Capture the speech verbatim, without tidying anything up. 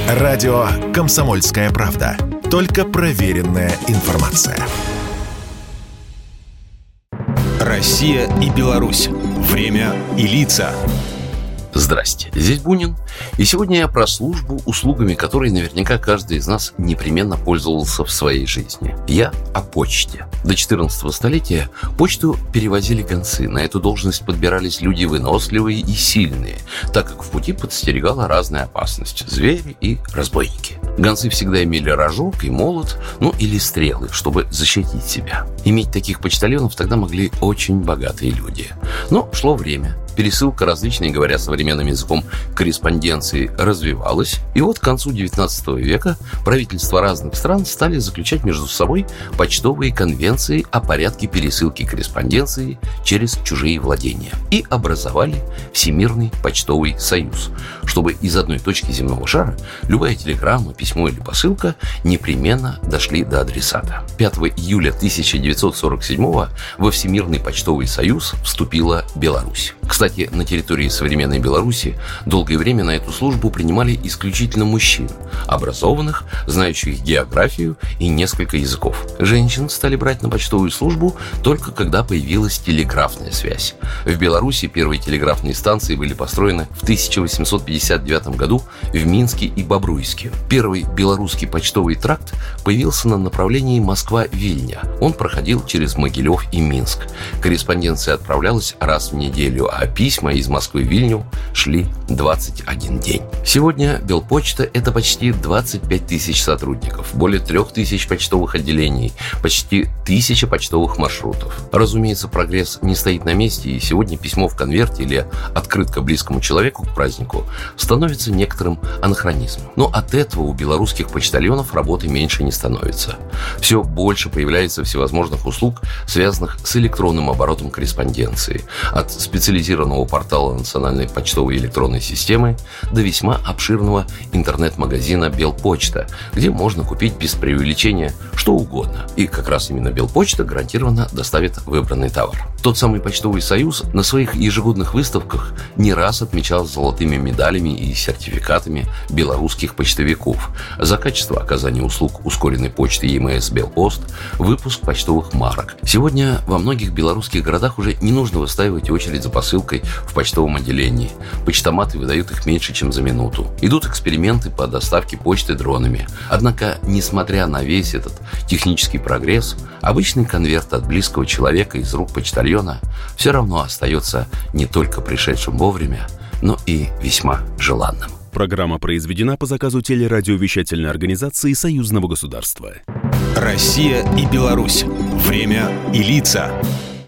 Радио «Комсомольская правда». Только проверенная информация. Россия и Беларусь. Время и лица. Здрасте, здесь Бунин. И сегодня я про службу, услугами которой наверняка каждый из нас непременно пользовался в своей жизни. Я о почте. До четырнадцатого столетия почту перевозили гонцы. На эту должность подбирались люди выносливые и сильные, так как в пути подстерегала разная опасность – звери и разбойники. Гонцы всегда имели рожок и молот, ну или стрелы, чтобы защитить себя. Иметь таких почтальонов тогда могли очень богатые люди. Но шло время. Пересылка различной, говоря современным языком, корреспонденции развивалась. И вот к концу девятнадцатого века правительства разных стран стали заключать между собой почтовые конвенции о порядке пересылки корреспонденции через чужие владения. И образовали Всемирный почтовый союз, чтобы из одной точки земного шара любая телеграмма, письмо или посылка непременно дошли до адресата. пятого июля тысяча девятьсот сорок седьмого во Всемирный почтовый союз вступила Беларусь. Кстати, на территории современной Беларуси долгое время на эту службу принимали исключительно мужчин, образованных, знающих географию и несколько языков. Женщин стали брать на почтовую службу только когда появилась телеграфная связь. В Беларуси первые телеграфные станции были построены в тысяча восемьсот пятьдесят девятом году в Минске и Бобруйске. Первый белорусский почтовый тракт появился на направлении Москва-Вильня. Он проходил через Могилев и Минск. Корреспонденция отправлялась раз в неделю, а письма из Москвы в Вильню шли двадцать один день. Сегодня Белпочта – это почти двадцать пять тысяч сотрудников, более трех тысяч почтовых отделений, почти тысяча почтовых маршрутов. Разумеется, прогресс не стоит на месте, и сегодня письмо в конверте или открытка близкому человеку к празднику становится некоторым анахронизмом. Но от этого у белорусских почтальонов работы меньше не становится. Все больше появляется всевозможных услуг, связанных с электронным оборотом корреспонденции. От специализированного портала национальной почтовой электронной системы до весьма обширного интернет-магазина «Белпочта», где можно купить без преувеличения что угодно. И как раз именно Белпочта гарантированно доставит выбранный товар. Тот самый почтовый союз на своих ежегодных выставках не раз отмечал золотыми медалями и сертификатами белорусских почтовиков за качество оказания услуг ускоренной почты ЕМС «Белпост», выпуск почтовых марок. Сегодня во многих белорусских городах уже не нужно выстаивать очередь за посылкой в почтовом отделении. Почтоматы выдают их меньше, чем за минуту. Идут эксперименты по доставке почты дронами. Однако, несмотря на весь этот технический прогресс, обычный конверт от близкого человека из рук почтальона все равно остается не только пришедшим вовремя, но и весьма желанным. Программа произведена по заказу телерадиовещательной организации Союзного государства. Россия и Беларусь. Время и лица.